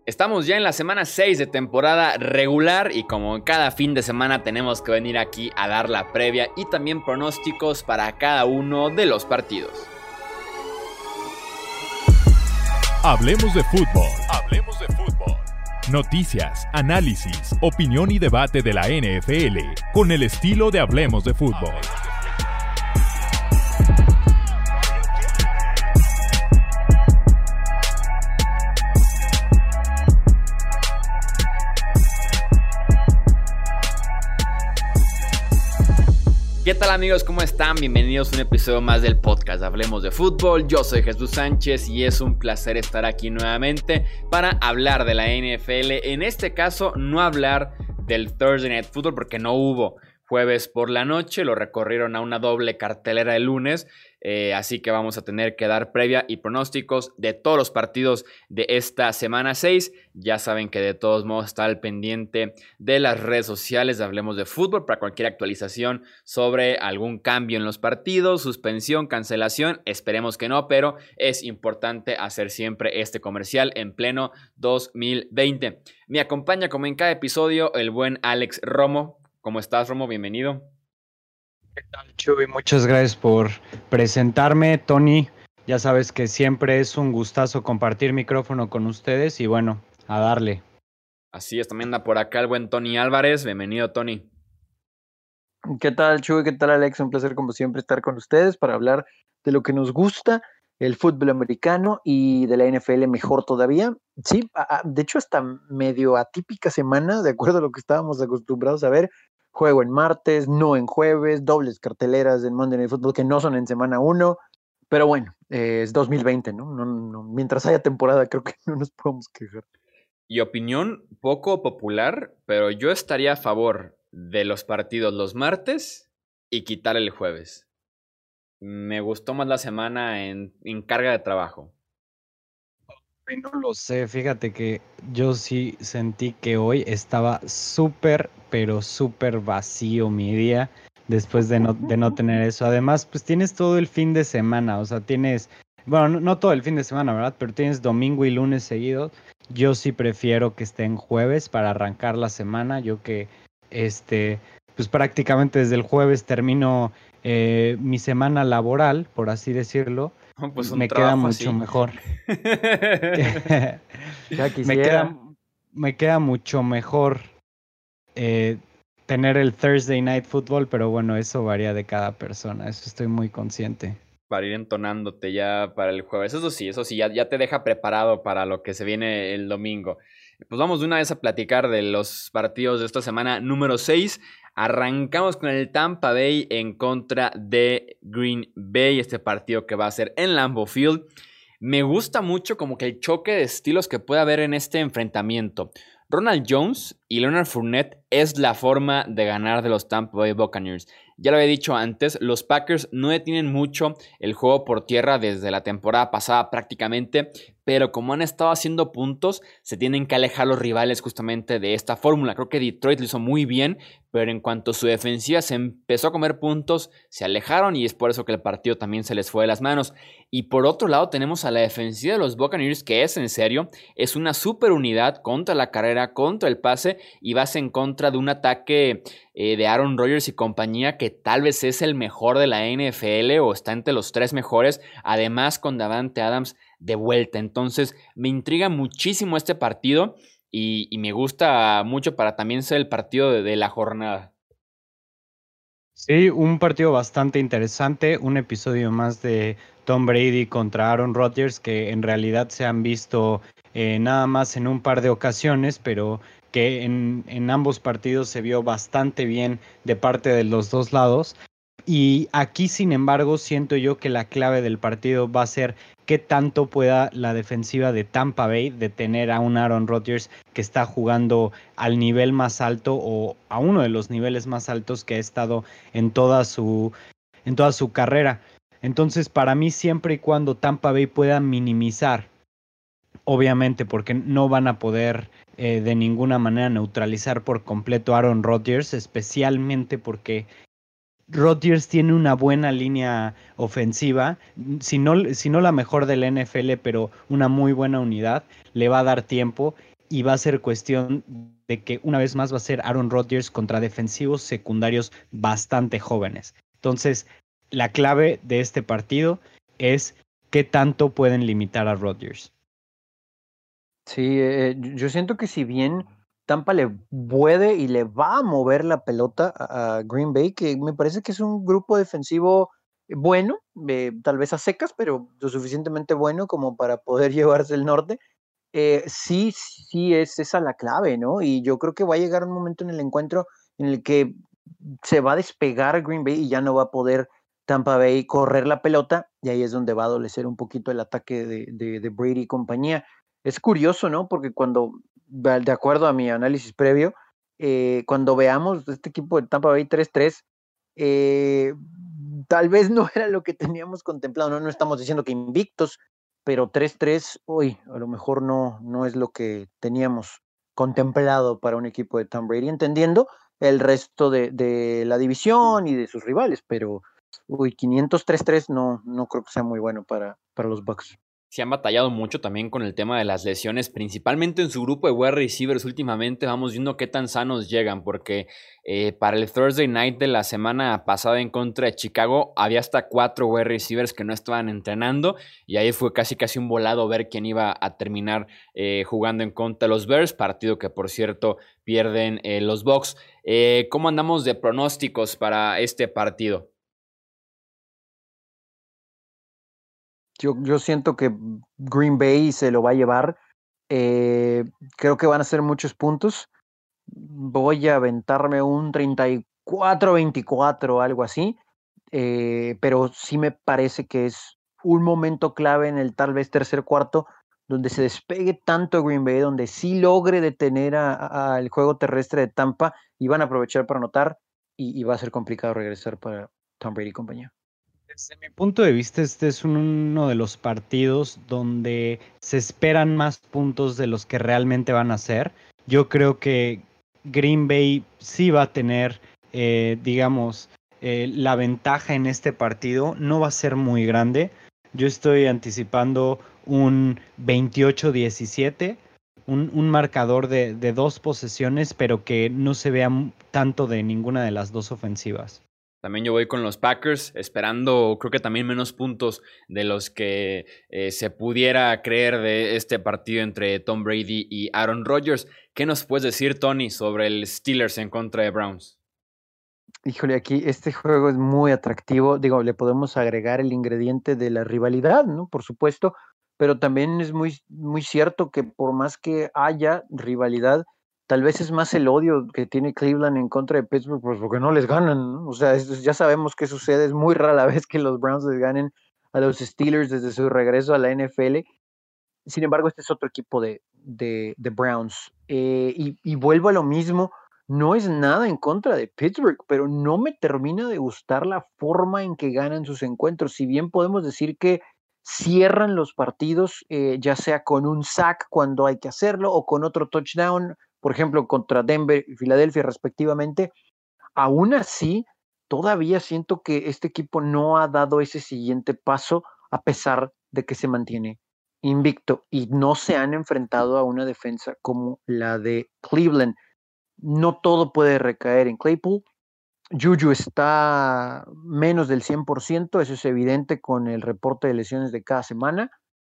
Estamos ya en la semana 6 de temporada regular y como cada fin de semana tenemos que venir aquí a dar la previa y también pronósticos para cada uno de los partidos. Hablemos de fútbol. Hablemos de fútbol. Noticias, análisis, opinión y debate de la NFL con el estilo de Hablemos de fútbol. ¿Qué tal amigos? ¿Cómo están? Bienvenidos a un episodio más del podcast Hablemos de Fútbol. Yo soy Jesús Sánchez y es un placer estar aquí nuevamente para hablar de la NFL. En este caso, no hablar del Thursday Night Football porque no hubo jueves por la noche, lo recorrieron a una doble cartelera el lunes, así que vamos a tener que dar previa y pronósticos de todos los partidos de esta semana 6. Ya saben que de todos modos está al pendiente de las redes sociales de Hablemos de Fútbol para cualquier actualización sobre algún cambio en los partidos, suspensión, cancelación, esperemos que no, pero es importante hacer siempre este comercial en pleno 2020. Me acompaña como en cada episodio el buen Alex Romo. ¿Cómo estás, Romo? Bienvenido. ¿Qué tal, Chuy? Muchas gracias por presentarme, Tony. Ya sabes que siempre es un gustazo compartir micrófono con ustedes y bueno, a darle. Así es, también anda por acá el buen Tony Álvarez. Bienvenido, Tony. ¿Qué tal, Chuy? ¿Qué tal, Alex? Un placer, como siempre, estar con ustedes para hablar de lo que nos gusta, el fútbol americano y de la NFL mejor todavía. Sí, de hecho, hasta medio atípica semana, de acuerdo a lo que estábamos acostumbrados a ver. Juego en martes, no en jueves, dobles carteleras en Monday Night Football que no son en semana 1, pero bueno, es 2020, ¿no? Mientras haya temporada creo que no nos podemos quejar. Y opinión poco popular, pero yo estaría a favor de los partidos los martes y quitar el jueves. Me gustó más la semana en carga de trabajo. No lo sé, fíjate que yo sí sentí que hoy estaba súper, pero súper vacío mi día después de no tener eso. Además, pues tienes todo el fin de semana, o sea, tienes, bueno, no todo el fin de semana, ¿verdad? Pero tienes domingo y lunes seguidos. Yo sí prefiero que esté en jueves para arrancar la semana. Yo que, pues prácticamente desde el jueves termino mi semana laboral, por así decirlo. Pues me queda mucho así. mejor. Ya quisiera. Me queda mucho mejor tener el Thursday Night Football, pero bueno, eso varía de cada persona, eso estoy muy consciente. Para ir entonándote ya para el jueves. Eso sí, ya te deja preparado para lo que se viene el domingo. Pues vamos de una vez a platicar de los partidos de esta semana número 6. Arrancamos con el Tampa Bay en contra de Green Bay, este partido que va a ser en Lambeau Field. Me gusta mucho como que el choque de estilos que puede haber en este enfrentamiento. Ronald Jones y Leonard Fournette es la forma de ganar de los Tampa Bay Buccaneers. Ya lo había dicho antes, los Packers no detienen mucho el juego por tierra desde la temporada pasada prácticamente, pero como han estado haciendo puntos, se tienen que alejar los rivales justamente de esta fórmula. Creo que Detroit lo hizo muy bien, pero en cuanto su defensiva se empezó a comer puntos, se alejaron y es por eso que el partido también se les fue de las manos. Y por otro lado tenemos a la defensiva de los Buccaneers, que es en serio, es una super unidad contra la carrera, contra el pase y vas en contra de un ataque de Aaron Rodgers y compañía que tal vez es el mejor de la NFL o está entre los 3 mejores, además con Davante Adams de vuelta. Entonces me intriga muchísimo este partido y me gusta mucho para también ser el partido de la jornada. Sí, un partido bastante interesante, un episodio más de Tom Brady contra Aaron Rodgers que en realidad se han visto nada más en un par de ocasiones, pero que en ambos partidos se vio bastante bien de parte de los dos lados. Y aquí, sin embargo, siento yo que la clave del partido va a ser qué tanto pueda la defensiva de Tampa Bay detener a un Aaron Rodgers que está jugando al nivel más alto o a uno de los niveles más altos que ha estado en toda su carrera. Entonces, para mí, siempre y cuando Tampa Bay pueda minimizar, obviamente, porque no van a poder de ninguna manera neutralizar por completo a Aaron Rodgers, especialmente porque Rodgers tiene una buena línea ofensiva, si no la mejor del NFL, pero una muy buena unidad, le va a dar tiempo y va a ser cuestión de que una vez más va a ser Aaron Rodgers contra defensivos secundarios bastante jóvenes. Entonces, la clave de este partido es qué tanto pueden limitar a Rodgers. Sí, yo siento que si bien Tampa le puede y le va a mover la pelota a Green Bay, que me parece que es un grupo defensivo bueno, tal vez a secas, pero lo suficientemente bueno como para poder llevarse el norte. Sí es esa la clave, ¿no? Y yo creo que va a llegar un momento en el encuentro en el que se va a despegar Green Bay y ya no va a poder Tampa Bay correr la pelota, y ahí es donde va a adolecer un poquito el ataque de Brady y compañía. Es curioso, ¿no? Porque de acuerdo a mi análisis previo, cuando veamos este equipo de Tampa Bay 3-3, tal vez no era lo que teníamos contemplado, ¿no? No estamos diciendo que invictos, pero 3-3, uy, a lo mejor no es lo que teníamos contemplado para un equipo de Tom Brady, entendiendo el resto de la división y de sus rivales, pero uy, 500-3-3 no creo que sea muy bueno para los Bucks. Se han batallado mucho también con el tema de las lesiones, principalmente en su grupo de wide receivers. Últimamente vamos viendo qué tan sanos llegan, porque para el Thursday night de la semana pasada en contra de Chicago había hasta 4 wide receivers que no estaban entrenando, y ahí fue casi un volado ver quién iba a terminar jugando en contra de los Bears, partido que por cierto pierden los Bucks. ¿Cómo andamos de pronósticos para este partido? Yo siento que Green Bay se lo va a llevar. Creo que van a ser muchos puntos. Voy a aventarme un 34-24, algo así. Pero sí me parece que es un momento clave en el tal vez tercer cuarto, donde se despegue tanto Green Bay, donde sí logre detener al juego terrestre de Tampa, y van a aprovechar para anotar, y va a ser complicado regresar para Tom Brady y compañía. Desde mi punto de vista, este es uno de los partidos donde se esperan más puntos de los que realmente van a ser. Yo creo que Green Bay sí va a tener, digamos, la ventaja en este partido. No va a ser muy grande. Yo estoy anticipando un 28-17, un marcador de 2 posesiones, pero que no se vea tanto de ninguna de las dos ofensivas. También yo voy con los Packers, esperando creo que también menos puntos de los que se pudiera creer de este partido entre Tom Brady y Aaron Rodgers. ¿Qué nos puedes decir, Tony, sobre el Steelers en contra de Browns? Híjole, aquí este juego es muy atractivo. Digo, le podemos agregar el ingrediente de la rivalidad, ¿no? Por supuesto, pero también es muy cierto que por más que haya rivalidad, tal vez es más el odio que tiene Cleveland en contra de Pittsburgh, pues porque no les ganan, ¿no? O sea, ya sabemos qué sucede. Es muy rara la vez que los Browns les ganen a los Steelers desde su regreso a la NFL. Sin embargo, este es otro equipo de Browns. Y vuelvo a lo mismo. No es nada en contra de Pittsburgh, pero no me termina de gustar la forma en que ganan sus encuentros. Si bien podemos decir que cierran los partidos, ya sea con un sack cuando hay que hacerlo o con otro touchdown, por ejemplo, contra Denver y Filadelfia respectivamente, aún así, todavía siento que este equipo no ha dado ese siguiente paso, a pesar de que se mantiene invicto y no se han enfrentado a una defensa como la de Cleveland. No todo puede recaer en Claypool. Juju está menos del 100%, eso es evidente con el reporte de lesiones de cada semana.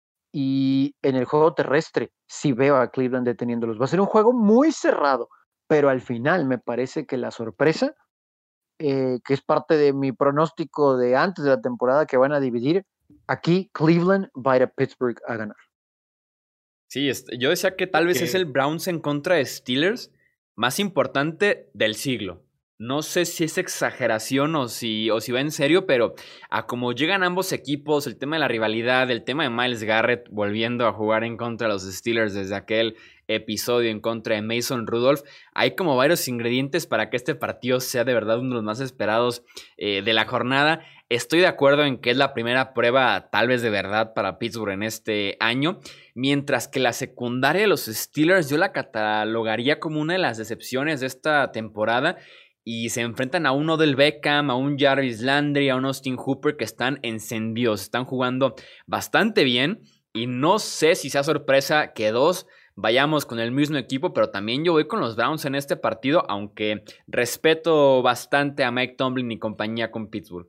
Y en el juego terrestre sí veo a Cleveland deteniéndolos. Va a ser un juego muy cerrado, pero al final me parece que la sorpresa, que es parte de mi pronóstico de antes de la temporada, que van a dividir, aquí Cleveland va a ir a Pittsburgh a ganar. Sí, yo decía que tal vez es el Browns en contra de Steelers más importante del siglo. No sé si es exageración o si va en serio, pero a como llegan ambos equipos, el tema de la rivalidad, el tema de Myles Garrett volviendo a jugar en contra de los Steelers desde aquel episodio en contra de Mason Rudolph, hay como varios ingredientes para que este partido sea de verdad uno de los más esperados de la jornada. Estoy de acuerdo en que es la primera prueba tal vez de verdad para Pittsburgh en este año, mientras que la secundaria de los Steelers yo la catalogaría como una de las decepciones de esta temporada, y se enfrentan a un Odell Beckham, a un Jarvis Landry, a un Austin Hooper que están encendidos, están jugando bastante bien, y no sé si sea sorpresa que dos vayamos con el mismo equipo, pero también yo voy con los Browns en este partido, aunque respeto bastante a Mike Tomlin y compañía con Pittsburgh.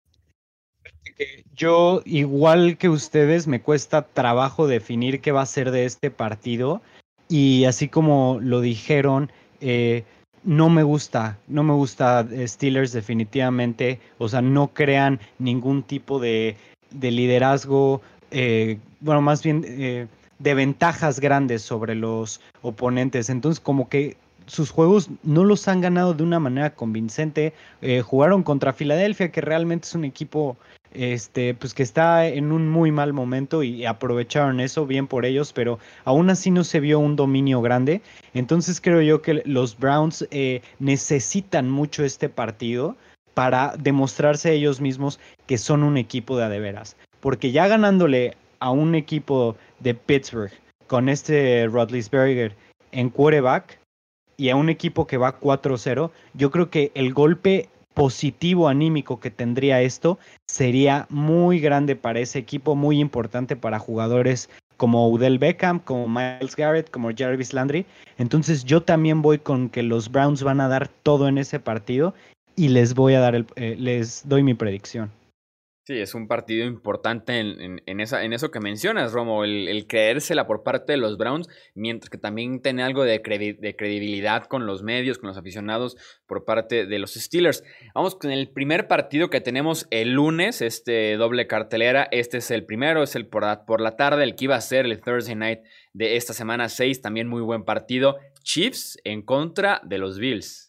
Yo, igual que ustedes, me cuesta trabajo definir qué va a ser de este partido. Y así como lo dijeron, no me gusta Steelers definitivamente. O sea, no crean ningún tipo de liderazgo, bueno, más bien de ventajas grandes sobre los oponentes. Entonces, como que sus juegos no los han ganado de una manera convincente. Jugaron contra Filadelfia, que realmente es un equipo pues que está en un muy mal momento y aprovecharon eso, bien por ellos, pero aún así no se vio un dominio grande. Entonces creo yo que los Browns necesitan mucho este partido para demostrarse a ellos mismos que son un equipo de a de veras, porque ya ganándole a un equipo de Pittsburgh con este Roethlisberger en quarterback y a un equipo que va 4-0, yo creo que el golpe positivo anímico que tendría esto sería muy grande para ese equipo, muy importante para jugadores como Odell Beckham, como Myles Garrett, como Jarvis Landry. Entonces yo también voy con que los Browns van a dar todo en ese partido y les voy a dar les doy mi predicción. Sí, es un partido importante en eso que mencionas, Romo, el creérsela por parte de los Browns, mientras que también tiene algo de credibilidad con los medios, con los aficionados por parte de los Steelers. Vamos con el primer partido que tenemos el lunes, doble cartelera. Este es el primero, es el por la tarde, el que iba a ser el Thursday Night de esta semana 6, también muy buen partido. Chiefs en contra de los Bills.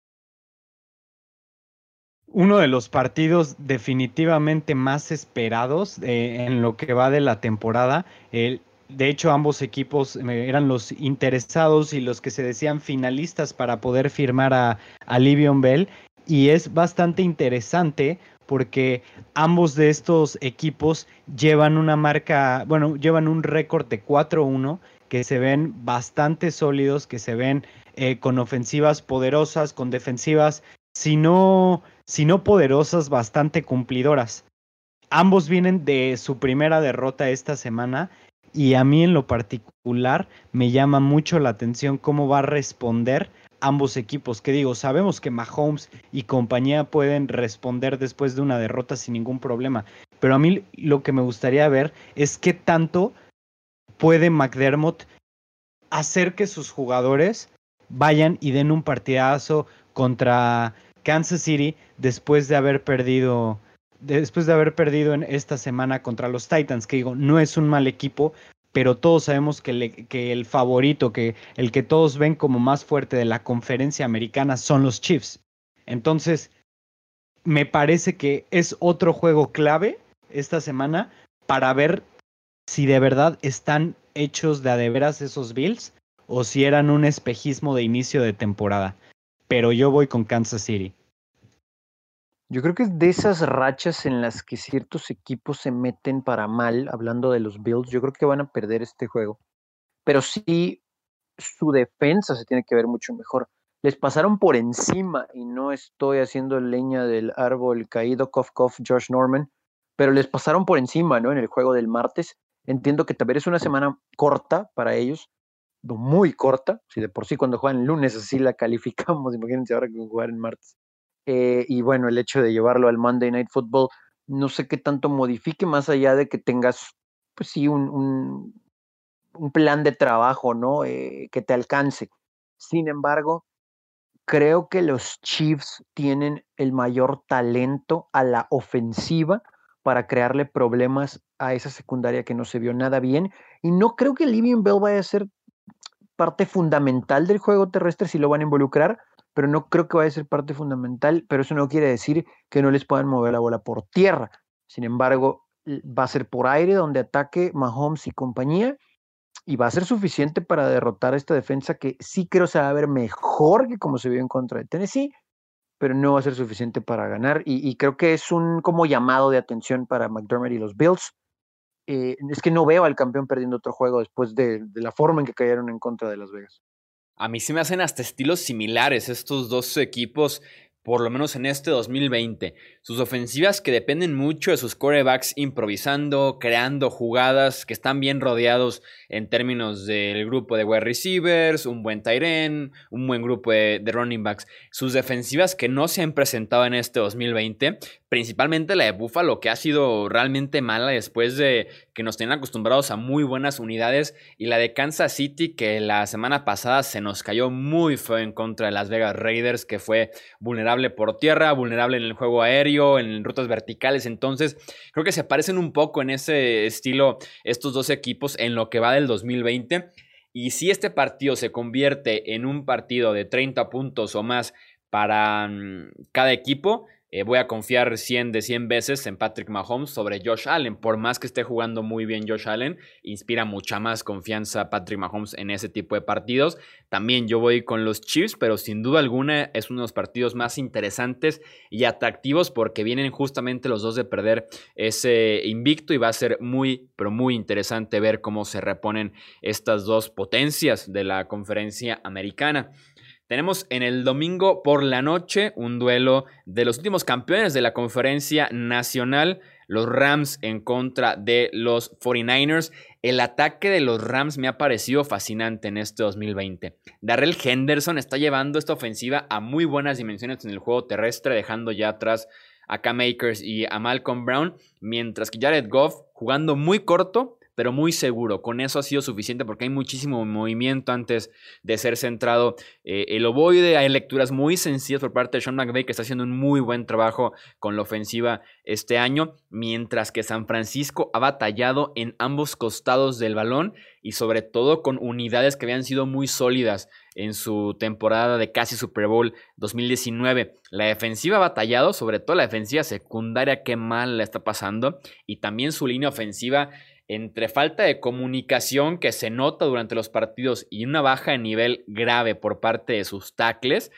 Uno de los partidos definitivamente más esperados en lo que va de la temporada. De hecho, ambos equipos eran los interesados y los que se decían finalistas para poder firmar a Le'Veon Bell. Y es bastante interesante porque ambos de estos equipos llevan una marca, bueno, llevan un récord de 4-1, que se ven bastante sólidos, que se ven con ofensivas poderosas, con defensivas, si no poderosas, bastante cumplidoras. Ambos vienen de su primera derrota esta semana y a mí en lo particular me llama mucho la atención cómo va a responder ambos equipos. Que digo, sabemos que Mahomes y compañía pueden responder después de una derrota sin ningún problema, pero a mí lo que me gustaría ver es qué tanto puede McDermott hacer que sus jugadores vayan y den un partidazo contra Kansas City después de haber perdido en esta semana contra los Titans, que digo, no es un mal equipo, pero todos sabemos que el favorito, que el que todos ven como más fuerte de la conferencia americana son los Chiefs. Entonces, me parece que es otro juego clave esta semana para ver si de verdad están hechos de a de veras esos Bills o si eran un espejismo de inicio de temporada. Pero yo voy con Kansas City. Yo creo que es de esas rachas en las que ciertos equipos se meten para mal, hablando de los Bills, yo creo que van a perder este juego. Pero sí, su defensa se tiene que ver mucho mejor. Les pasaron por encima, y no estoy haciendo leña del árbol caído, cough, cough, Josh Norman, pero les pasaron por encima, ¿no? En el juego del martes. Entiendo que también es una semana corta para ellos, muy corta. Si de por sí cuando juegan el lunes así la calificamos, imagínense ahora con jugar en martes. Y bueno, el hecho de llevarlo al Monday Night Football, no sé qué tanto modifique más allá de que tengas, pues sí, un plan de trabajo, ¿no? Que te alcance. Sin embargo, creo que los Chiefs tienen el mayor talento a la ofensiva para crearle problemas a esa secundaria que no se vio nada bien. Y no creo que Le'Veon Bell vaya a ser parte fundamental del juego terrestre si lo van a involucrar, pero no creo que vaya a ser parte fundamental, pero eso no quiere decir que no les puedan mover la bola por tierra. Sin embargo, va a ser por aire donde ataque Mahomes y compañía y va a ser suficiente para derrotar a esta defensa que sí creo se va a ver mejor que como se vio en contra de Tennessee, pero no va a ser suficiente para ganar y creo que es un como llamado de atención para McDermott y los Bills. Es que no veo al campeón perdiendo otro juego después de la forma en que cayeron en contra de Las Vegas. A mí se me hacen hasta estilos similares estos dos equipos, por lo menos en este 2020. Sus ofensivas que dependen mucho de sus quarterbacks improvisando, creando jugadas, que están bien rodeados en términos del grupo de wide receivers, un buen tight end, un buen grupo de running backs. Sus defensivas que no se han presentado en este 2020, principalmente la de Buffalo, que ha sido realmente mala después de que nos tenían acostumbrados a muy buenas unidades, y la de Kansas City, que la semana pasada se nos cayó muy feo en contra de Las Vegas Raiders, que fue vulnerable por tierra, vulnerable en el juego aéreo, en rutas verticales. Entonces creo que se parecen un poco en ese estilo estos dos equipos en lo que va del 2020. Y si este partido se convierte en un partido de 30 puntos o más para cada equipo, voy a confiar 100 de 100 veces en Patrick Mahomes sobre Josh Allen. Por más que esté jugando muy bien Josh Allen, inspira mucha más confianza Patrick Mahomes en ese tipo de partidos. También yo voy con los Chiefs, pero sin duda alguna es uno de los partidos más interesantes y atractivos porque vienen justamente los dos de perder ese invicto, y va a ser muy, pero muy interesante ver cómo se reponen estas dos potencias de la conferencia americana. Tenemos en el domingo por la noche un duelo de los últimos campeones de la conferencia nacional, los Rams en contra de los 49ers. El ataque de los Rams me ha parecido fascinante en este 2020. Darrell Henderson está llevando esta ofensiva a muy buenas dimensiones en el juego terrestre, dejando ya atrás a Cam Akers y a Malcolm Brown, mientras que Jared Goff jugando muy corto, pero muy seguro. Con eso ha sido suficiente porque hay muchísimo movimiento antes de ser centrado el ovoide. Hay lecturas muy sencillas por parte de Sean McVay, que está haciendo un muy buen trabajo con la ofensiva este año, mientras que San Francisco ha batallado en ambos costados del balón y sobre todo con unidades que habían sido muy sólidas en su temporada de casi Super Bowl 2019. La defensiva ha batallado, sobre todo la defensiva secundaria, qué mal la está pasando, y también su línea ofensiva, entre falta de comunicación que se nota durante los partidos y una baja de nivel grave por parte de sus tackles,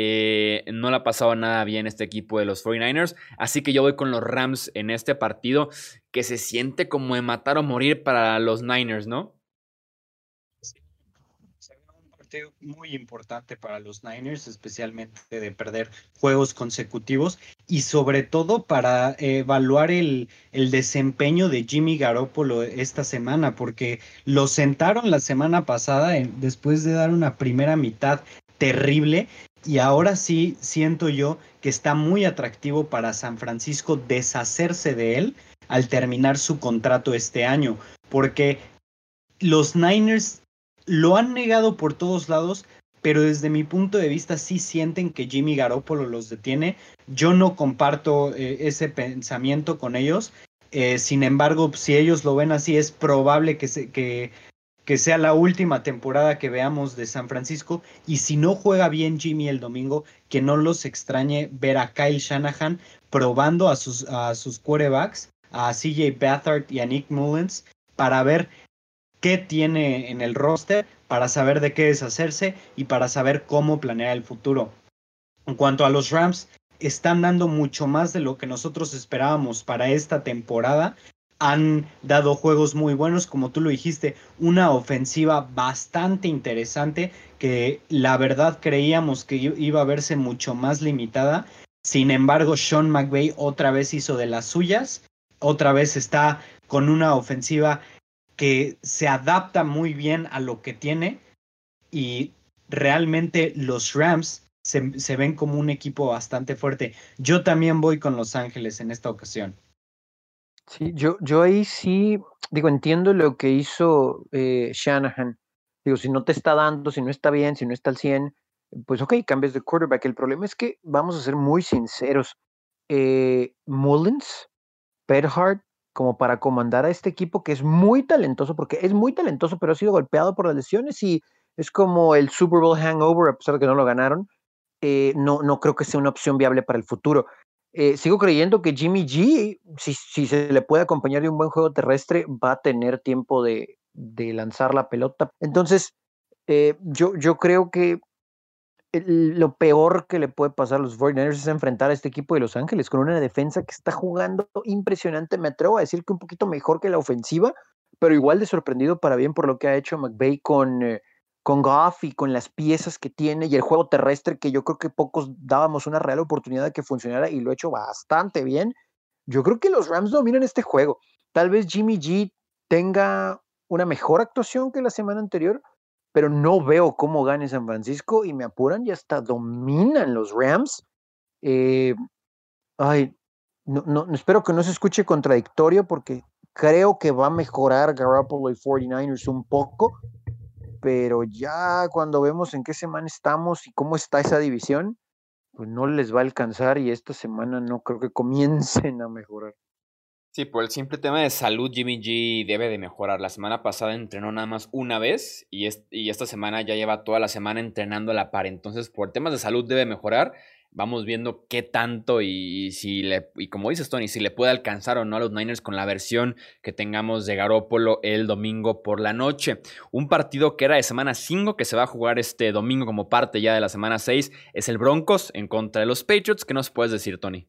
no le ha pasado nada bien este equipo de los 49ers. Así que yo voy con los Rams en este partido, que se siente como de matar o morir para los Niners, ¿no? Muy importante para los Niners, especialmente de perder juegos consecutivos y sobre todo para evaluar el desempeño de Jimmy Garoppolo esta semana, porque lo sentaron la semana pasada después de dar una primera mitad terrible, y ahora sí siento yo que está muy atractivo para San Francisco deshacerse de él al terminar su contrato este año, porque los Niners lo han negado por todos lados, pero desde mi punto de vista sí sienten que Jimmy Garoppolo los detiene. Yo no comparto ese pensamiento con ellos. Sin embargo, si ellos lo ven así, es probable que sea la última temporada que veamos de San Francisco. Y si no juega bien Jimmy el domingo, que no los extrañe ver a Kyle Shanahan probando a sus quarterbacks, a CJ Beathard y a Nick Mullens, para ver qué tiene en el roster, para saber de qué deshacerse y para saber cómo planear el futuro. En cuanto a los Rams, están dando mucho más de lo que nosotros esperábamos para esta temporada. Han dado juegos muy buenos, como tú lo dijiste, una ofensiva bastante interesante que la verdad creíamos que iba a verse mucho más limitada. Sin embargo, Sean McVay otra vez hizo de las suyas, otra vez está con una ofensiva que se adapta muy bien a lo que tiene, y realmente los Rams se ven como un equipo bastante fuerte. Yo también voy con Los Ángeles en esta ocasión. Sí, yo ahí sí, digo, entiendo lo que hizo Shanahan. Digo, si no te está dando, si no está bien, si no está al 100, pues ok, cambias de quarterback. El problema es que, vamos a ser muy sinceros, Mullins, Perhart, como para comandar a este equipo que es muy talentoso, porque es muy talentoso, pero ha sido golpeado por las lesiones y es como el Super Bowl hangover, a pesar de que no lo ganaron. No creo que sea una opción viable para el futuro. Sigo creyendo que Jimmy G, si se le puede acompañar de un buen juego terrestre, va a tener tiempo de lanzar la pelota. Entonces, yo creo que lo peor que le puede pasar a los 49ers es enfrentar a este equipo de Los Ángeles con una defensa que está jugando impresionante. Me atrevo a decir que un poquito mejor que la ofensiva, pero igual de sorprendido para bien por lo que ha hecho McVay con con Goff y con las piezas que tiene y el juego terrestre que yo creo que pocos dábamos una real oportunidad de que funcionara y lo ha hecho bastante bien. Yo creo que los Rams dominan este juego. Tal vez Jimmy G tenga una mejor actuación que la semana anterior, pero no veo cómo gane San Francisco y me apuran y hasta dominan los Rams. Eh, ay, espero que no se escuche contradictorio porque creo que va a mejorar Garoppolo y 49ers un poco, pero ya cuando vemos en qué semana estamos y cómo está esa división, pues no les va a alcanzar y esta semana no creo que comiencen a mejorar. Sí, por el simple tema de salud, Jimmy G debe de mejorar. La semana pasada entrenó nada más una vez y esta semana ya lleva toda la semana entrenando a la par. Entonces, por temas de salud debe mejorar. Vamos viendo qué tanto y como dices, Tony, si le puede alcanzar o no a los Niners con la versión que tengamos de Garoppolo el domingo por la noche. Un partido que era de semana 5 que se va a jugar este domingo como parte ya de la semana 6 es el Broncos en contra de los Patriots. ¿Qué nos puedes decir, Tony?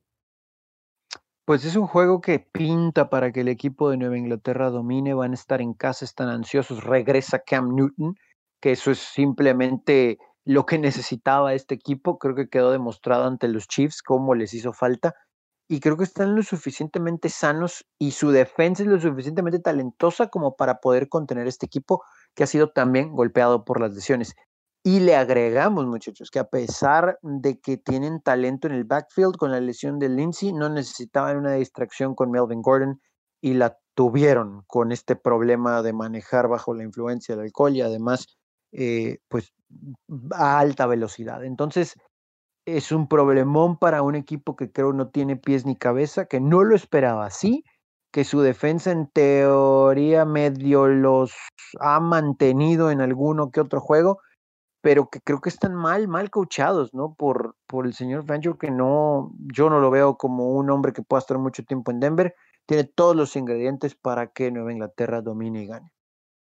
Pues es un juego que pinta para que el equipo de Nueva Inglaterra domine, van a estar en casa, están ansiosos, regresa Cam Newton, que eso es simplemente lo que necesitaba este equipo, creo que quedó demostrado ante los Chiefs cómo les hizo falta, y creo que están lo suficientemente sanos y su defensa es lo suficientemente talentosa como para poder contener este equipo que ha sido también golpeado por las lesiones. Y le agregamos, muchachos, que a pesar de que tienen talento en el backfield con la lesión de Lindsay, no necesitaban una distracción con Melvin Gordon y la tuvieron con este problema de manejar bajo la influencia del alcohol y además, pues, a alta velocidad. Entonces, es un problemón para un equipo que creo no tiene pies ni cabeza, que no lo esperaba así, que su defensa en teoría medio los ha mantenido en alguno que otro juego, pero que creo que están mal coachados, ¿no? Por el señor Fangio, que no, yo no lo veo como un hombre que pueda estar mucho tiempo en Denver. Tiene todos los ingredientes para que Nueva Inglaterra domine y gane.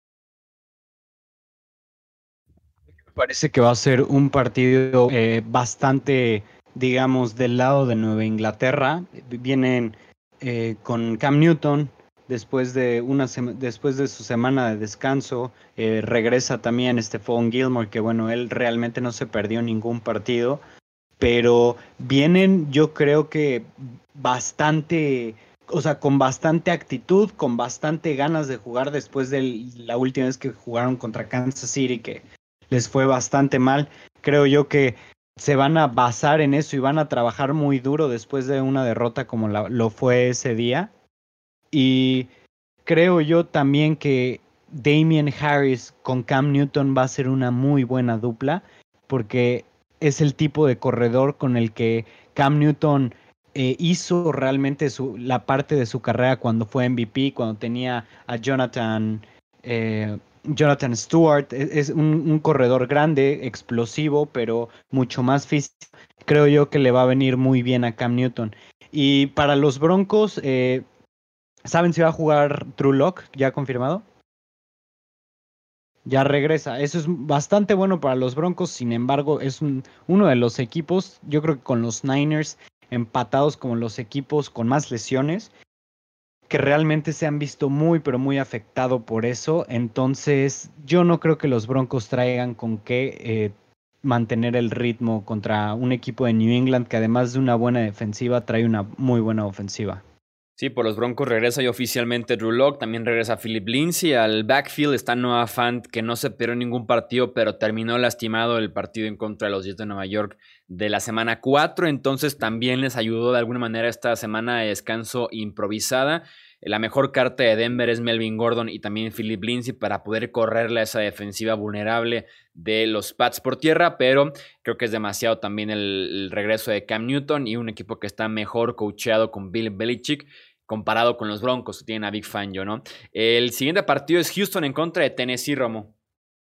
Me parece que va a ser un partido bastante, digamos, del lado de Nueva Inglaterra. Vienen con Cam Newton después de su semana de descanso. Regresa también Stephon Gilmore, que bueno, él realmente no se perdió ningún partido, pero vienen, yo creo que bastante, o sea, con bastante actitud, con bastante ganas de jugar después de la última vez que jugaron contra Kansas City, que les fue bastante mal. Creo yo que se van a basar en eso y van a trabajar muy duro después de una derrota como lo fue ese día. Y creo yo también que Damien Harris con Cam Newton va a ser una muy buena dupla, porque es el tipo de corredor con el que Cam Newton hizo realmente la parte de su carrera cuando fue MVP, cuando tenía a Jonathan Stewart. Es un corredor grande, explosivo, pero mucho más físico. Creo yo que le va a venir muy bien a Cam Newton. Y para los Broncos, ¿saben si va a jugar Drew Lock? ¿Ya confirmado? Ya regresa. Eso es bastante bueno para los Broncos. Sin embargo, es uno de los equipos, yo creo que con los Niners empatados como los equipos con más lesiones, que realmente se han visto muy, pero muy afectado por eso. Entonces, yo no creo que los Broncos traigan con qué mantener el ritmo contra un equipo de New England que además de una buena defensiva, trae una muy buena ofensiva. Sí, por los Broncos regresa ya oficialmente Drew Lock, también regresa Philip Lindsay. Al backfield está Noah Fant, que no se perdió ningún partido, pero terminó lastimado el partido en contra de los Jets de Nueva York de la semana 4, entonces también les ayudó de alguna manera esta semana de descanso improvisada. La mejor carta de Denver es Melvin Gordon y también Philip Lindsay para poder correrle a esa defensiva vulnerable de los Pats por tierra, pero creo que es demasiado también el regreso de Cam Newton y un equipo que está mejor coacheado con Bill Belichick comparado con los Broncos que tienen a Big Fangio, ¿no? El siguiente partido es Houston en contra de Tennessee, Romo.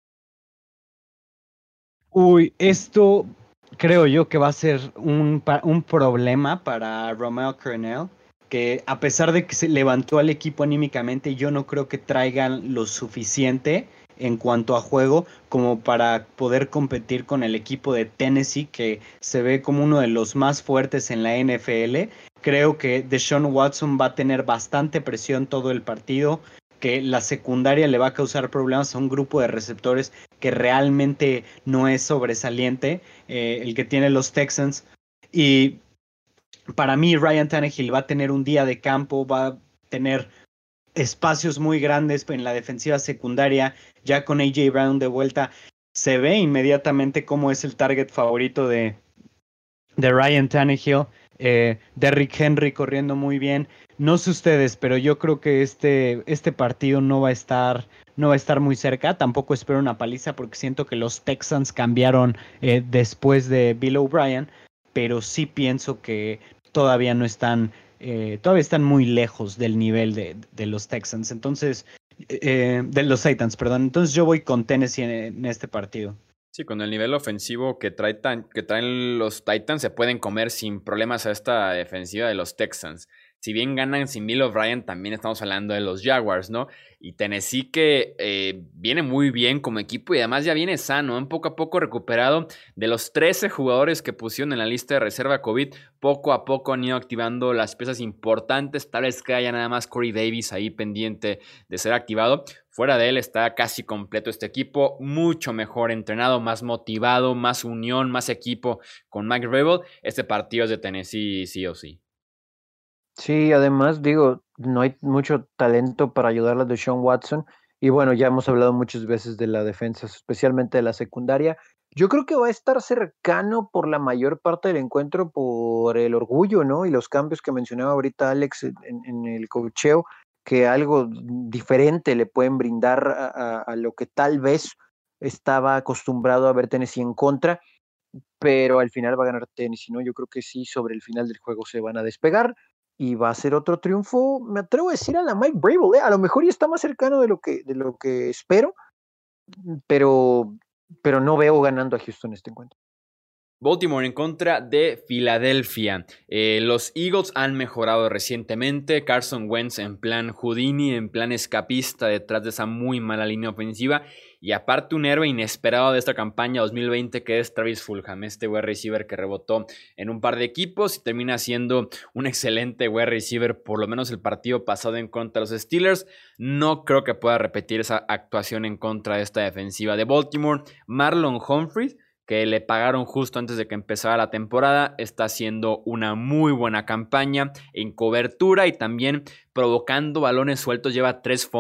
Uy, esto creo yo que va a ser un problema para Romeo Crennel, que a pesar de que se levantó al equipo anímicamente, yo no creo que traigan lo suficiente en cuanto a juego como para poder competir con el equipo de Tennessee, que se ve como uno de los más fuertes en la NFL. Creo que Deshaun Watson va a tener bastante presión todo el partido. que la secundaria le va a causar problemas a un grupo de receptores que realmente no es sobresaliente, el que tienen los Texans. Y para mí Ryan Tannehill va a tener un día de campo, va a tener espacios muy grandes en la defensiva secundaria, ya con AJ Brown de vuelta, se ve inmediatamente cómo es el target favorito de Ryan Tannehill. Derrick Henry corriendo muy bien. No sé ustedes, pero yo creo que este partido no va a estar muy cerca. Tampoco espero una paliza porque siento que los Texans cambiaron después de Bill O'Brien, pero sí pienso que todavía no están, todavía están muy lejos del nivel de los Texans. Entonces, de los Titans, perdón. Entonces yo voy con Tennessee en este partido. Sí, con el nivel ofensivo que traen los Titans, se pueden comer sin problemas a esta defensiva de los Texans. Si bien ganan sin Bill O'Brien, también estamos hablando de los Jaguars, ¿no? Y Tennessee que viene muy bien como equipo y además ya viene sano, han poco a poco recuperado. De los 13 jugadores que pusieron en la lista de reserva COVID, poco a poco han ido activando las piezas importantes. Tal vez que haya nada más Corey Davis ahí pendiente de ser activado. Fuera de él está casi completo este equipo, mucho mejor entrenado, más motivado, más unión, más equipo con Mike Rebel. Este partido es de Tennessee sí o sí. Sí, además, digo, no hay mucho talento para ayudar a Deshaun Watson. Y bueno, ya hemos hablado muchas veces de la defensa, especialmente de la secundaria. Yo creo que va a estar cercano por la mayor parte del encuentro por el orgullo, ¿no? Y los cambios que mencionaba ahorita Alex en el coacheo, que algo diferente le pueden brindar a lo que tal vez estaba acostumbrado a ver Tennessee en contra, pero al final va a ganar Tennessee, ¿no? Yo creo que sí, sobre el final del juego se van a despegar y va a ser otro triunfo, me atrevo a decir, a la Mike Vrabel, a lo mejor ya está más cercano de lo que espero, pero, pero no veo ganando a Houston este encuentro. Baltimore en contra de Filadelfia. Los Eagles han mejorado recientemente. Carson Wentz en plan Houdini, en plan escapista detrás de esa muy mala línea ofensiva. Y aparte un héroe inesperado de esta campaña 2020 que es Travis Fulgham, este wide receiver que rebotó en un par de equipos y termina siendo un excelente wide receiver, por lo menos el partido pasado en contra de los Steelers. No creo que pueda repetir esa actuación en contra de esta defensiva de Baltimore. Marlon Humphrey, que le pagaron justo antes de que empezara la temporada, está haciendo una muy buena campaña en cobertura y también provocando balones sueltos. Lleva 3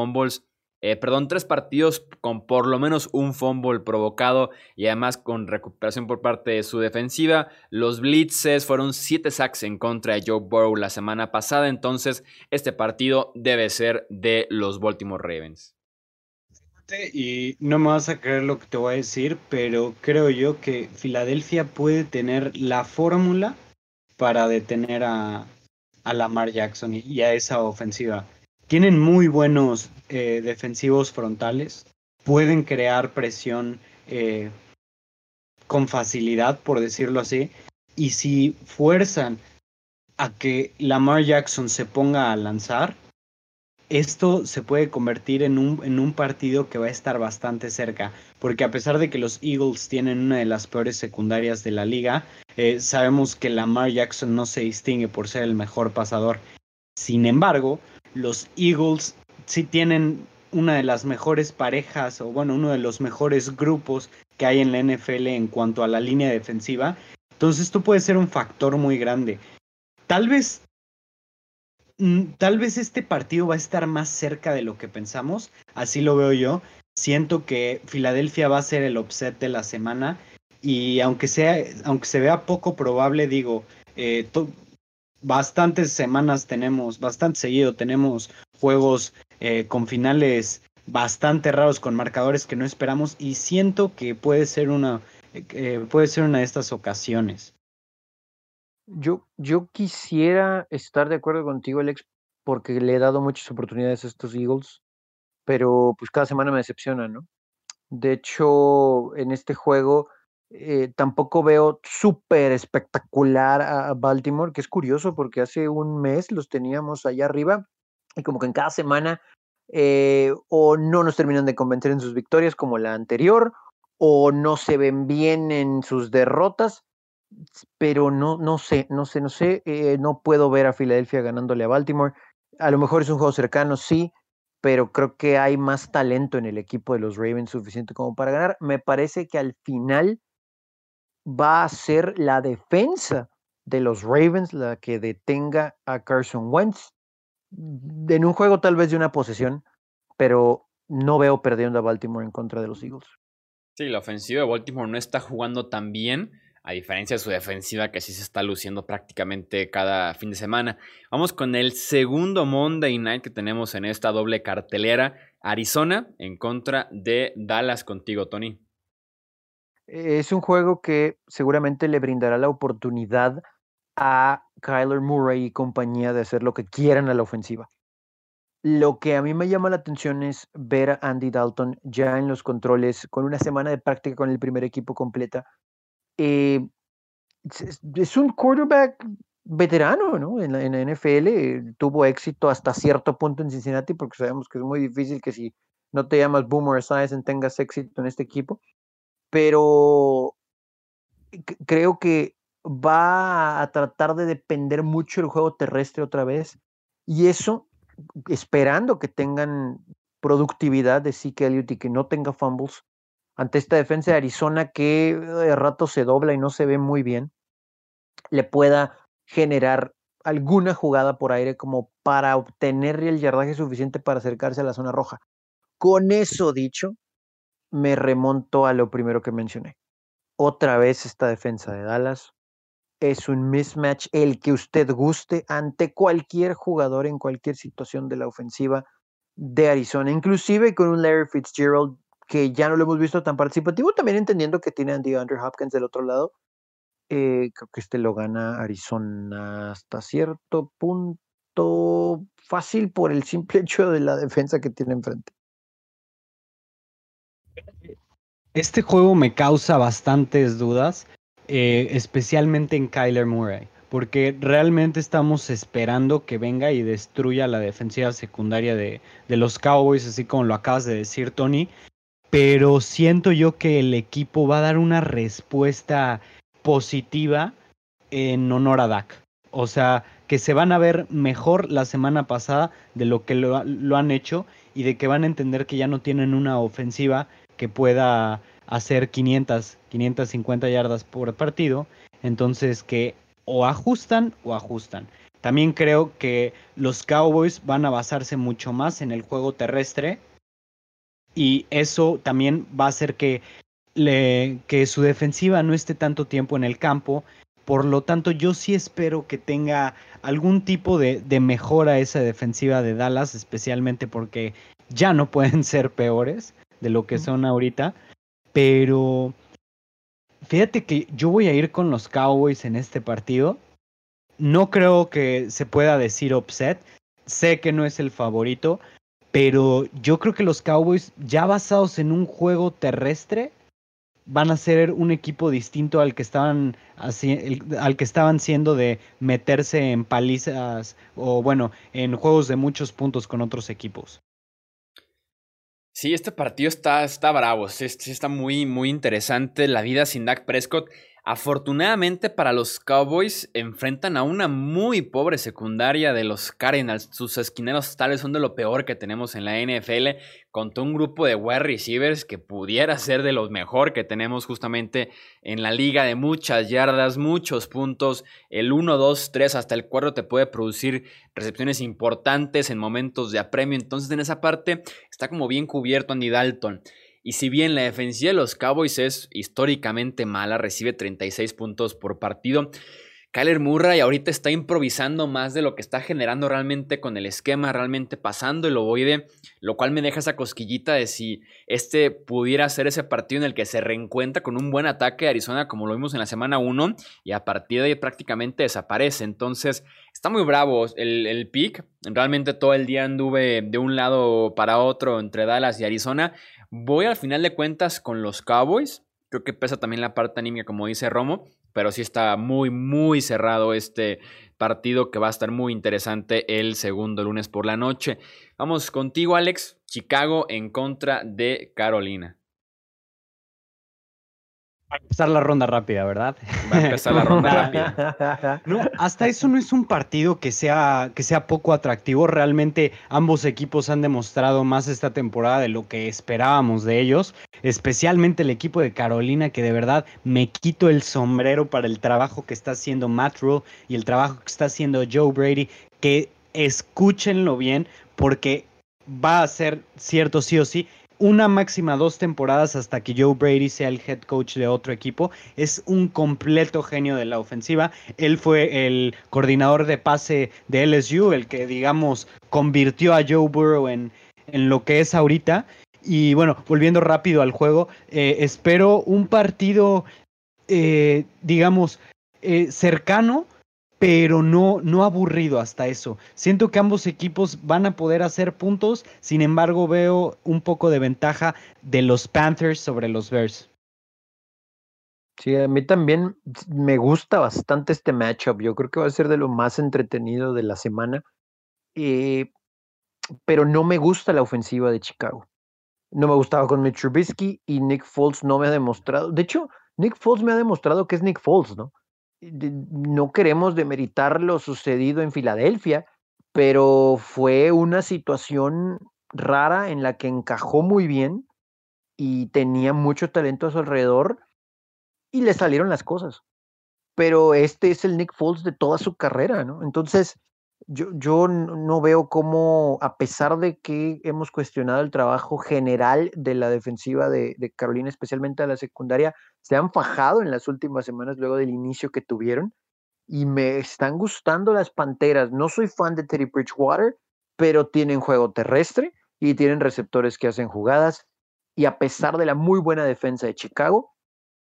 partidos con por lo menos un fumble provocado y además con recuperación por parte de su defensiva. Los blitzes fueron 7 sacks en contra de Joe Burrow la semana pasada, entonces este partido debe ser de los Baltimore Ravens. Y no me vas a creer lo que te voy a decir, pero creo yo que Filadelfia puede tener la fórmula para detener a Lamar Jackson y a esa ofensiva. Tienen muy buenos defensivos frontales, pueden crear presión con facilidad, por decirlo así, y si fuerzan a que Lamar Jackson se ponga a lanzar, esto se puede convertir en un partido que va a estar bastante cerca, porque a pesar de que los Eagles tienen una de las peores secundarias de la liga, sabemos que Lamar Jackson no se distingue por ser el mejor pasador. Sin embargo, los Eagles sí tienen una de las mejores parejas, o bueno, uno de los mejores grupos que hay en la NFL en cuanto a la línea defensiva. Entonces esto puede ser un factor muy grande. Tal vez este partido va a estar más cerca de lo que pensamos, así lo veo yo. Siento que Filadelfia va a ser el upset de la semana y aunque se vea poco probable, digo, bastantes semanas tenemos, bastante seguido tenemos juegos con finales bastante raros, con marcadores que no esperamos y siento que puede ser una de estas ocasiones. Yo quisiera estar de acuerdo contigo, Alex, porque le he dado muchas oportunidades a estos Eagles, pero pues cada semana me decepcionan, ¿no? De hecho, en este juego tampoco veo súper espectacular a Baltimore, que es curioso porque hace un mes los teníamos allá arriba y como que en cada semana o no nos terminan de convencer en sus victorias como la anterior, o no se ven bien en sus derrotas, pero no sé, no puedo ver a Filadelfia ganándole a Baltimore. A lo mejor es un juego cercano, sí, pero creo que hay más talento en el equipo de los Ravens suficiente como para ganar. Me parece que al final va a ser la defensa de los Ravens la que detenga a Carson Wentz en un juego tal vez de una posesión, pero no veo perdiendo a Baltimore en contra de los Eagles. Sí, la ofensiva de Baltimore no está jugando tan bien, a diferencia de su defensiva que sí se está luciendo prácticamente cada fin de semana. Vamos con el segundo Monday Night que tenemos en esta doble cartelera. Arizona en contra de Dallas, contigo, Tony. Es un juego que seguramente le brindará la oportunidad a Kyler Murray y compañía de hacer lo que quieran a la ofensiva. Lo que a mí me llama la atención es ver a Andy Dalton ya en los controles, con una semana de práctica con el primer equipo completa. Es un quarterback veterano, ¿no? En la NFL tuvo éxito hasta cierto punto en Cincinnati, porque sabemos que es muy difícil que si no te llamas Boomer Esiason tengas éxito en este equipo, pero creo que va a tratar de depender mucho del juego terrestre otra vez, y eso esperando que tengan productividad de Zeke Elliott y que no tenga fumbles ante esta defensa de Arizona que de rato se dobla y no se ve muy bien, le pueda generar alguna jugada por aire como para obtener el yardaje suficiente para acercarse a la zona roja. Con eso dicho, me remonto a lo primero que mencioné. Otra vez esta defensa de Dallas es un mismatch el que usted guste ante cualquier jugador en cualquier situación de la ofensiva de Arizona, inclusive con un Larry Fitzgerald que ya no lo hemos visto tan participativo, también entendiendo que tiene a DeAndre Hopkins del otro lado. Creo que lo gana Arizona hasta cierto punto fácil por el simple hecho de la defensa que tiene enfrente. Este juego me causa bastantes dudas, especialmente en Kyler Murray, porque realmente estamos esperando que venga y destruya la defensiva secundaria de los Cowboys, así como lo acabas de decir, Tony, pero siento yo que el equipo va a dar una respuesta positiva en honor a Dak. O sea, que se van a ver mejor la semana pasada de lo que lo han hecho y de que van a entender que ya no tienen una ofensiva que pueda hacer 550 yardas por partido. Entonces que o ajustan o ajustan. También creo que los Cowboys van a basarse mucho más en el juego terrestre y eso también va a hacer que su defensiva no esté tanto tiempo en el campo. Por lo tanto, yo sí espero que tenga algún tipo de mejora esa defensiva de Dallas, especialmente porque ya no pueden ser peores de lo que son ahorita. Pero fíjate que yo voy a ir con los Cowboys en este partido. No creo que se pueda decir upset. Sé que no es el favorito, pero yo creo que los Cowboys, ya basados en un juego terrestre, van a ser un equipo distinto al que estaban siendo de meterse en palizas o bueno, en juegos de muchos puntos con otros equipos. Sí, este partido está bravo, sí está muy, muy interesante. La vida sin Dak Prescott. Afortunadamente para los Cowboys enfrentan a una muy pobre secundaria de los Cardinals. Sus esquineros tales son de lo peor que tenemos en la NFL, con todo un grupo de wide receivers que pudiera ser de los mejor que tenemos justamente en la liga, de muchas yardas, muchos puntos. El 1, 2, 3 hasta el 4 te puede producir recepciones importantes en momentos de apremio. Entonces en esa parte está como bien cubierto Andy Dalton. Y si bien la defensiva de los Cowboys es históricamente mala, recibe 36 puntos por partido, Kyler Murray ahorita está improvisando más de lo que está generando realmente con el esquema, realmente pasando el ovoide, lo cual me deja esa cosquillita de si este pudiera ser ese partido en el que se reencuentra con un buen ataque de Arizona como lo vimos en la semana 1 y a partir de ahí prácticamente desaparece. Entonces está muy bravo el pick. Realmente todo el día anduve de un lado para otro entre Dallas y Arizona. Voy al final de cuentas con los Cowboys. Creo que pesa también la parte anímica, como dice Romo, pero sí está muy, muy cerrado este partido que va a estar muy interesante el segundo lunes por la noche. Vamos contigo, Alex. Chicago en contra de Carolina. Va a empezar la ronda rápida, ¿verdad? Va a empezar la ronda rápida. No, hasta eso no es un partido que sea poco atractivo. Realmente ambos equipos han demostrado más esta temporada de lo que esperábamos de ellos, especialmente el equipo de Carolina, que de verdad me quito el sombrero para el trabajo que está haciendo Matt Rule y el trabajo que está haciendo Joe Brady, que escúchenlo bien, porque va a ser cierto sí o sí. Una máxima 2 temporadas hasta que Joe Brady sea el head coach de otro equipo. Es un completo genio de la ofensiva. Él fue el coordinador de pase de LSU, el que, digamos, convirtió a Joe Burrow en lo que es ahorita. Y bueno, volviendo rápido al juego, espero un partido, digamos, cercano, pero no aburrido hasta eso. Siento que ambos equipos van a poder hacer puntos, sin embargo veo un poco de ventaja de los Panthers sobre los Bears. Sí, a mí también me gusta bastante este matchup. Yo creo que va a ser de lo más entretenido de la semana. Pero no me gusta la ofensiva de Chicago. No me gustaba con Mitch Trubisky y Nick Foles no me ha demostrado. De hecho, Nick Foles me ha demostrado que es Nick Foles, ¿no? No queremos demeritar lo sucedido en Filadelfia, pero fue una situación rara en la que encajó muy bien y tenía mucho talento a su alrededor y le salieron las cosas. Pero este es el Nick Foles de toda su carrera, ¿no? Entonces, yo no veo cómo, a pesar de que hemos cuestionado el trabajo general de la defensiva de Carolina, especialmente a la secundaria, se han fajado en las últimas semanas luego del inicio que tuvieron y me están gustando las Panteras. No soy fan de Teddy Bridgewater, pero tienen juego terrestre y tienen receptores que hacen jugadas y a pesar de la muy buena defensa de Chicago,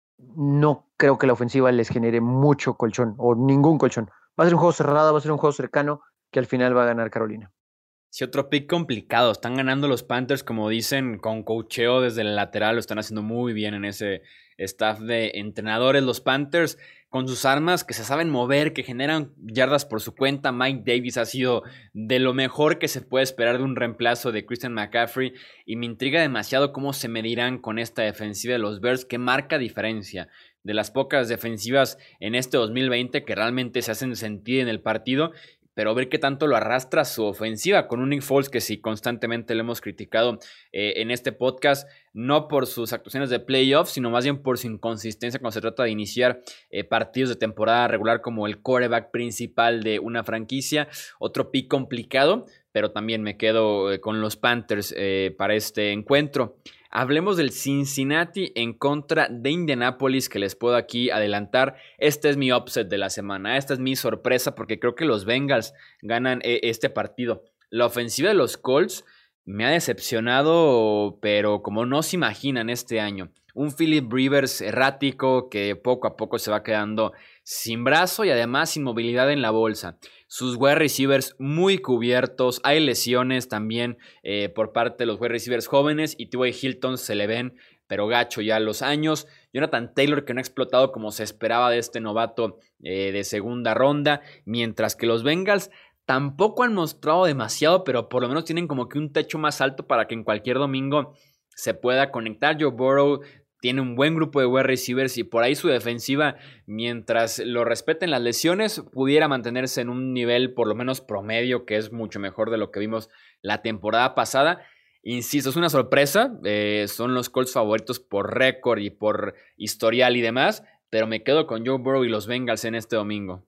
no creo que la ofensiva les genere mucho colchón o ningún colchón. Va a ser un juego cerrado, va a ser un juego cercano que al final va a ganar Carolina. Sí, otro pick complicado. Están ganando los Panthers, como dicen, con coacheo desde el lateral. Lo están haciendo muy bien en ese staff de entrenadores. Los Panthers, con sus armas que se saben mover, que generan yardas por su cuenta. Mike Davis ha sido de lo mejor que se puede esperar de un reemplazo de Christian McCaffrey. Y me intriga demasiado cómo se medirán con esta defensiva de los Bears, que marca diferencia de las pocas defensivas en este 2020 que realmente se hacen sentir en el partido. Pero ver qué tanto lo arrastra su ofensiva con un Nick Foles que sí constantemente le hemos criticado en este podcast, no por sus actuaciones de playoffs, sino más bien por su inconsistencia cuando se trata de iniciar partidos de temporada regular como el quarterback principal de una franquicia. Otro pick complicado, pero también me quedo con los Panthers para este encuentro. Hablemos del Cincinnati en contra de Indianapolis, que les puedo aquí adelantar. Este es mi upset de la semana. Esta es mi sorpresa porque creo que los Bengals ganan este partido. La ofensiva de los Colts me ha decepcionado, pero como no se imaginan este año. Un Philip Rivers errático que poco a poco se va quedando sin brazo y además sin movilidad en la bolsa. Sus wide receivers muy cubiertos. Hay lesiones también por parte de los wide receivers jóvenes. Y T.Y. Hilton se le ven, pero gacho ya los años. Jonathan Taylor, que no ha explotado como se esperaba de este novato de segunda ronda. Mientras que los Bengals tampoco han mostrado demasiado, pero por lo menos tienen como que un techo más alto para que en cualquier domingo se pueda conectar. Joe Burrow tiene un buen grupo de wide receivers y por ahí su defensiva, mientras lo respeten las lesiones, pudiera mantenerse en un nivel por lo menos promedio, que es mucho mejor de lo que vimos la temporada pasada. Insisto, es una sorpresa, son los Colts favoritos por récord y por historial y demás, pero me quedo con Joe Burrow y los Bengals en este domingo.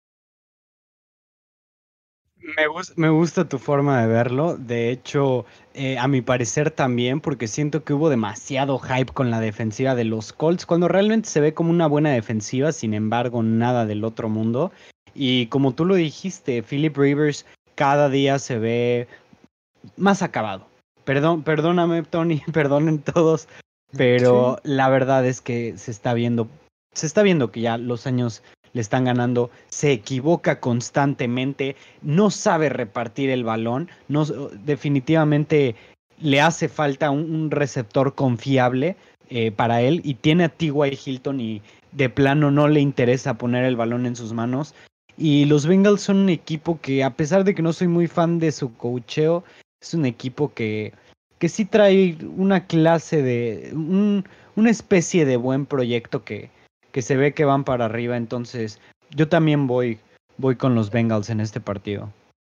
Me gusta tu forma de verlo. De hecho, a mi parecer también, porque siento que hubo demasiado hype con la defensiva de los Colts, cuando realmente se ve como una buena defensiva, sin embargo, nada del otro mundo. Y como tú lo dijiste, Philip Rivers cada día se ve más acabado. Perdóname, Tony, perdonen todos, pero sí, la verdad es que se está viendo que ya los años le están ganando, se equivoca constantemente, no sabe repartir el balón, definitivamente le hace falta un receptor confiable para él, y tiene a T.Y. Hilton y de plano no le interesa poner el balón en sus manos. Y los Bengals son un equipo que, a pesar de que no soy muy fan de su coacheo, es un equipo que sí trae una clase de una especie de buen proyecto que se ve que van para arriba. Entonces, yo también voy con los Bengals en este partido.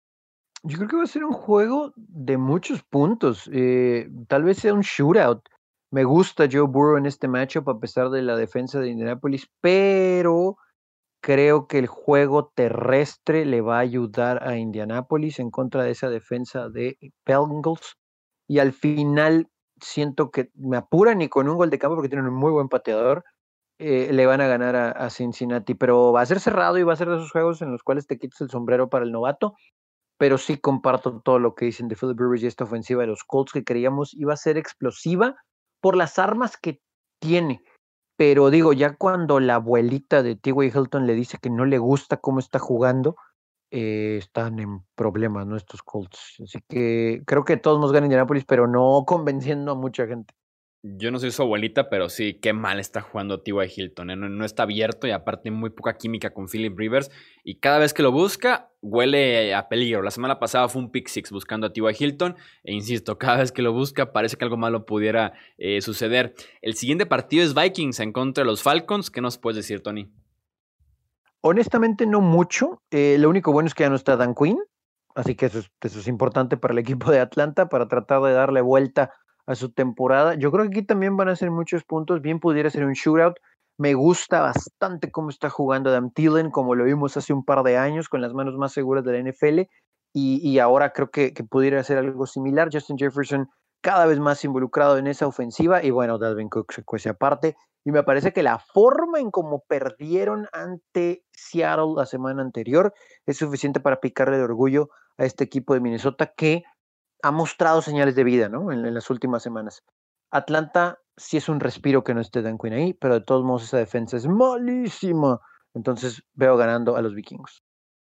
Yo creo que va a ser un juego de muchos puntos. Tal vez sea un shootout. Me gusta Joe Burrow en este matchup a pesar de la defensa de Indianapolis, pero creo que el juego terrestre le va a ayudar a Indianapolis en contra de esa defensa de Bengals. Y al final siento que me apuran y con un gol de campo porque tienen un muy buen pateador. Le van a ganar a Cincinnati, pero va a ser cerrado y va a ser de esos juegos en los cuales te quitas el sombrero para el novato, pero sí comparto todo lo que dicen de Philip Rivers y esta ofensiva de los Colts que creíamos iba a ser explosiva por las armas que tiene. Pero digo, ya cuando la abuelita de T.Y. Hilton le dice que no le gusta cómo está jugando, están en problemas, ¿no? Estos Colts. Así que creo que todos nos ganan Indianapolis, pero no convenciendo a mucha gente. Yo no soy su abuelita, pero sí, qué mal está jugando T.Y. Hilton. No está abierto y aparte muy poca química con Philip Rivers. Y cada vez que lo busca, huele a peligro. La semana pasada fue un pick six buscando a T.Y. Hilton. E insisto, cada vez que lo busca, parece que algo malo pudiera suceder. El siguiente partido es Vikings en contra de los Falcons. ¿Qué nos puedes decir, Tony? Honestamente, no mucho. Lo único bueno es que ya no está Dan Quinn. Así que eso es importante para el equipo de Atlanta, para tratar de darle vuelta a su temporada. Yo creo que aquí también van a ser muchos puntos. Bien pudiera ser un shootout. Me gusta bastante cómo está jugando Adam Thielen, como lo vimos hace un par de años, con las manos más seguras de la NFL. Y ahora creo que pudiera ser algo similar. Justin Jefferson cada vez más involucrado en esa ofensiva. Y bueno, Dalvin Cook se cuece aparte. Y me parece que la forma en cómo perdieron ante Seattle la semana anterior es suficiente para picarle de orgullo a este equipo de Minnesota que ha mostrado señales de vida, ¿no? En las últimas semanas. Atlanta sí es un respiro que no esté Dan Quinn ahí, pero de todos modos esa defensa es malísima. Entonces veo ganando a los vikingos.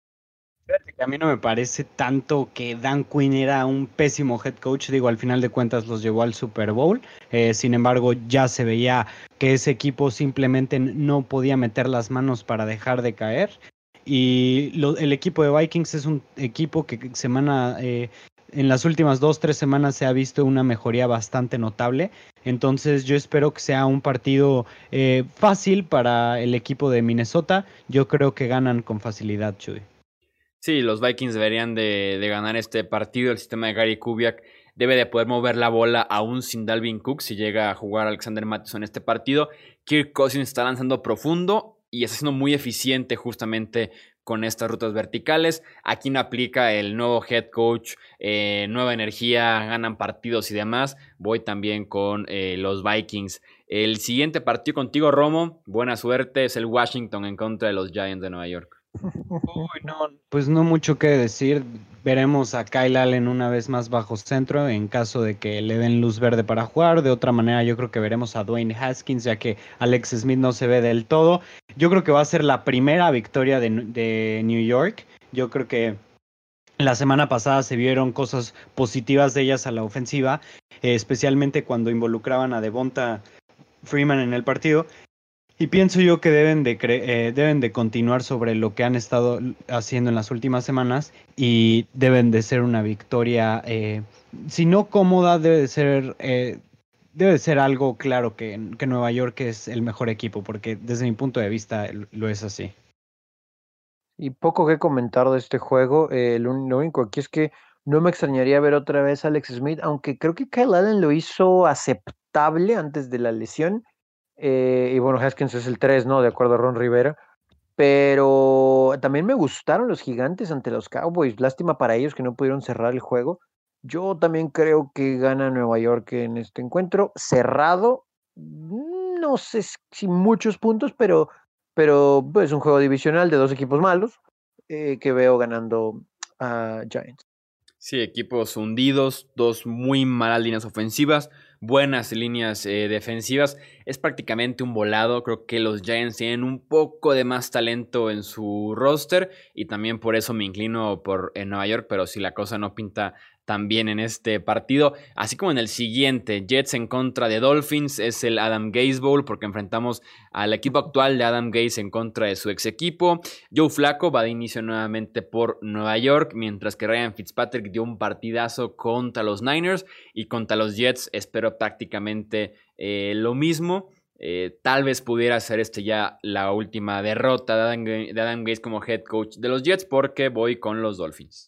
A mí no me parece tanto que Dan Quinn era un pésimo head coach. Digo, al final de cuentas los llevó al Super Bowl. Sin embargo, ya se veía que ese equipo simplemente no podía meter las manos para dejar de caer. Y el equipo de Vikings es un equipo que en las últimas 2-3 semanas se ha visto una mejoría bastante notable. Entonces yo espero que sea un partido fácil para el equipo de Minnesota. Yo creo que ganan con facilidad, Chuy. Sí, los Vikings deberían de ganar este partido. El sistema de Gary Kubiak debe de poder mover la bola aún sin Dalvin Cook si llega a jugar Alexander Mattison en este partido. Kirk Cousins está lanzando profundo y está siendo muy eficiente justamente con estas rutas verticales. Aquí no aplica el nuevo head coach, nueva energía, ganan partidos y demás. Voy también con los Vikings. El siguiente partido contigo, Romo, buena suerte, es el Washington en contra de los Giants de Nueva York. Uy, no, pues no mucho que decir. Veremos a Kyle Allen una vez más bajo centro en caso de que le den luz verde para jugar. De otra manera, yo creo que veremos a Dwayne Haskins, ya que Alex Smith no se ve del todo. Yo creo que va a ser la primera victoria de New York. Yo creo que la semana pasada se vieron cosas positivas de ellas a la ofensiva, especialmente cuando involucraban a Devonta Freeman en el partido. Y pienso yo que deben de continuar sobre lo que han estado haciendo en las últimas semanas y deben de ser una victoria, si no cómoda, debe de ser algo claro que Nueva York es el mejor equipo, porque desde mi punto de vista lo es así. Y poco que comentar de este juego. Lo único aquí es que no me extrañaría ver otra vez a Alex Smith, aunque creo que Kyle Allen lo hizo aceptable antes de la lesión. Y bueno, Haskins es el 3, ¿no? De acuerdo a Ron Rivera. Pero también me gustaron los gigantes ante los Cowboys. Lástima para ellos que no pudieron cerrar el juego. Yo también creo que gana Nueva York en este encuentro. Cerrado, no sé si muchos puntos, pero pues, es un juego divisional de dos equipos malos que veo ganando a Giants. Sí, equipos hundidos, dos muy malas líneas ofensivas, buenas líneas defensivas. Es prácticamente un volado. Creo que los Giants tienen un poco de más talento en su roster y también por eso me inclino por Nueva York, pero si la cosa no pinta también en este partido, así como en el siguiente, Jets en contra de Dolphins, es el Adam Gase Bowl, porque enfrentamos al equipo actual de Adam Gase en contra de su ex equipo. Joe Flacco va de inicio nuevamente por Nueva York, mientras que Ryan Fitzpatrick dio un partidazo contra los Niners, y contra los Jets espero prácticamente lo mismo. Tal vez pudiera ser ya la última derrota de Adam Gase como head coach de los Jets, porque voy con los Dolphins.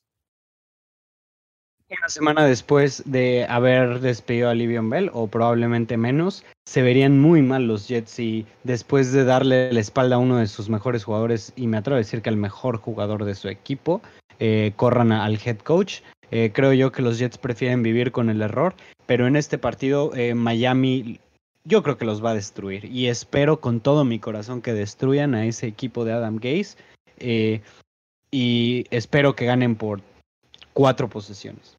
Una semana después de haber despedido a Le'Veon Bell, o probablemente menos, se verían muy mal los Jets, y después de darle la espalda a uno de sus mejores jugadores, y me atrevo a decir que al mejor jugador de su equipo, corran al head coach. Creo yo que los Jets prefieren vivir con el error, pero en este partido Miami yo creo que los va a destruir, y espero con todo mi corazón que destruyan a ese equipo de Adam Gase, y espero que ganen por 4 posesiones.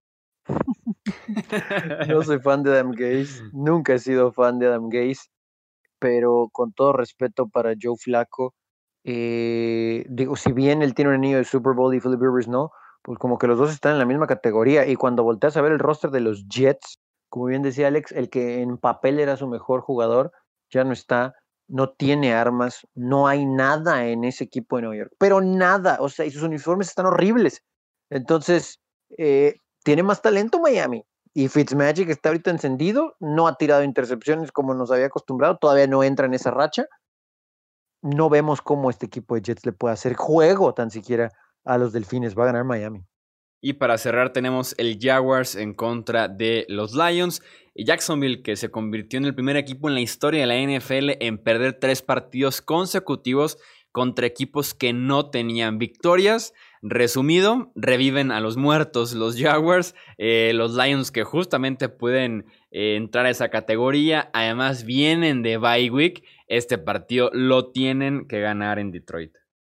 No soy fan de Adam Gase, nunca he sido fan de Adam Gase, pero con todo respeto para Joe Flacco, digo, si bien él tiene un anillo de Super Bowl y Philip Rivers no, pues como que los dos están en la misma categoría, y cuando volteas a ver el roster de los Jets, como bien decía Alex, el que en papel era su mejor jugador, ya no está, no tiene armas, no hay nada en ese equipo de Nueva York, pero nada, o sea, y sus uniformes están horribles. Entonces, tiene más talento Miami, y Fitzmagic está ahorita encendido, no ha tirado intercepciones como nos había acostumbrado, todavía no entra en esa racha. No vemos cómo este equipo de Jets le puede hacer juego tan siquiera a los Delfines. Va a ganar Miami. Y para cerrar tenemos el Jaguars en contra de los Lions. Jacksonville, que se convirtió en el primer equipo en la historia de la NFL en perder 3 partidos consecutivos contra equipos que no tenían victorias. Resumido, reviven a los muertos los Jaguars, los Lions, que justamente pueden entrar a esa categoría. Además vienen de bye week. Este partido lo tienen que ganar en Detroit.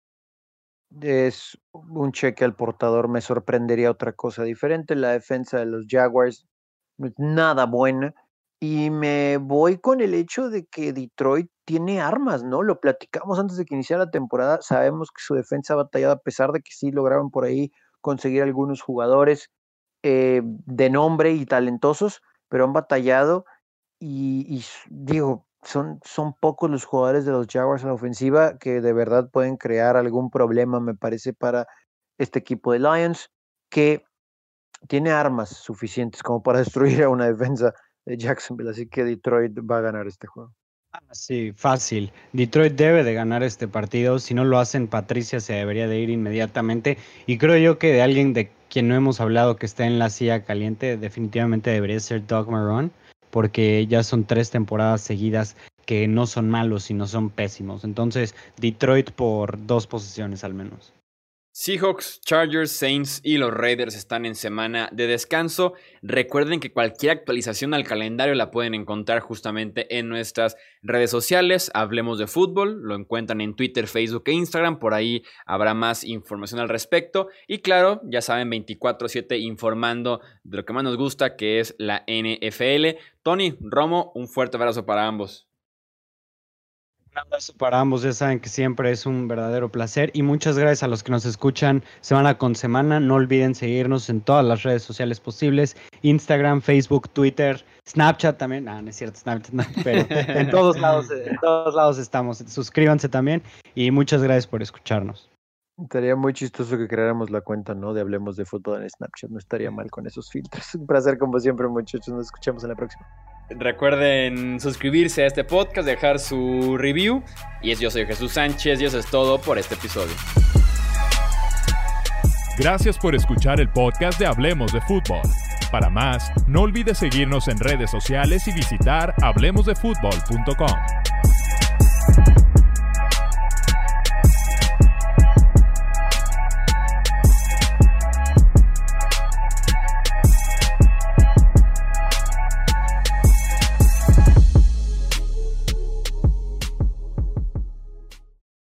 Es un cheque al portador. Me sorprendería otra cosa diferente. La defensa de los Jaguars no es nada buena, y me voy con el hecho de que Detroit tiene armas, ¿no? Lo platicamos antes de que iniciara la temporada. Sabemos que su defensa ha batallado, a pesar de que sí lograron por ahí conseguir algunos jugadores de nombre y talentosos, pero han batallado, y digo, son pocos los jugadores de los Jaguars en la ofensiva que de verdad pueden crear algún problema, me parece, para este equipo de Lions, que tiene armas suficientes como para destruir a una defensa de Jacksonville. Así que Detroit va a ganar este juego. Sí, fácil. Detroit debe de ganar este partido. Si no lo hacen, Patricia se debería de ir inmediatamente. Y creo yo que de alguien de quien no hemos hablado que está en la silla caliente, definitivamente debería ser Doug Marrone, porque ya son 3 temporadas seguidas que no son malos, sino son pésimos. Entonces, Detroit por 2 posesiones al menos. Seahawks, Chargers, Saints y los Raiders están en semana de descanso. Recuerden que cualquier actualización al calendario la pueden encontrar justamente en nuestras redes sociales. Hablemos de Fútbol, lo encuentran en Twitter, Facebook e Instagram. Por ahí habrá más información al respecto. Y claro, ya saben, 24/7 informando de lo que más nos gusta, que es la NFL. Tony, Romo, un fuerte abrazo para ambos. Un abrazo para ambos, ya saben que siempre es un verdadero placer, y muchas gracias a los que nos escuchan semana con semana. No olviden seguirnos en todas las redes sociales posibles: Instagram, Facebook, Twitter, Snapchat también. No es cierto, Snapchat no, pero en todos lados estamos. Suscríbanse también, y muchas gracias por escucharnos. Estaría muy chistoso que creáramos la cuenta, ¿no?, de Hablemos de Fútbol en Snapchat. No estaría mal con esos filtros. Un placer como siempre, muchachos. Nos escuchamos en la próxima. Recuerden suscribirse a este podcast, dejar su review. Yo soy Jesús Sánchez, y eso es todo por este episodio. Gracias por escuchar el podcast de Hablemos de Fútbol. Para más, no olvides seguirnos en redes sociales y visitar hablemosdefutbol.com.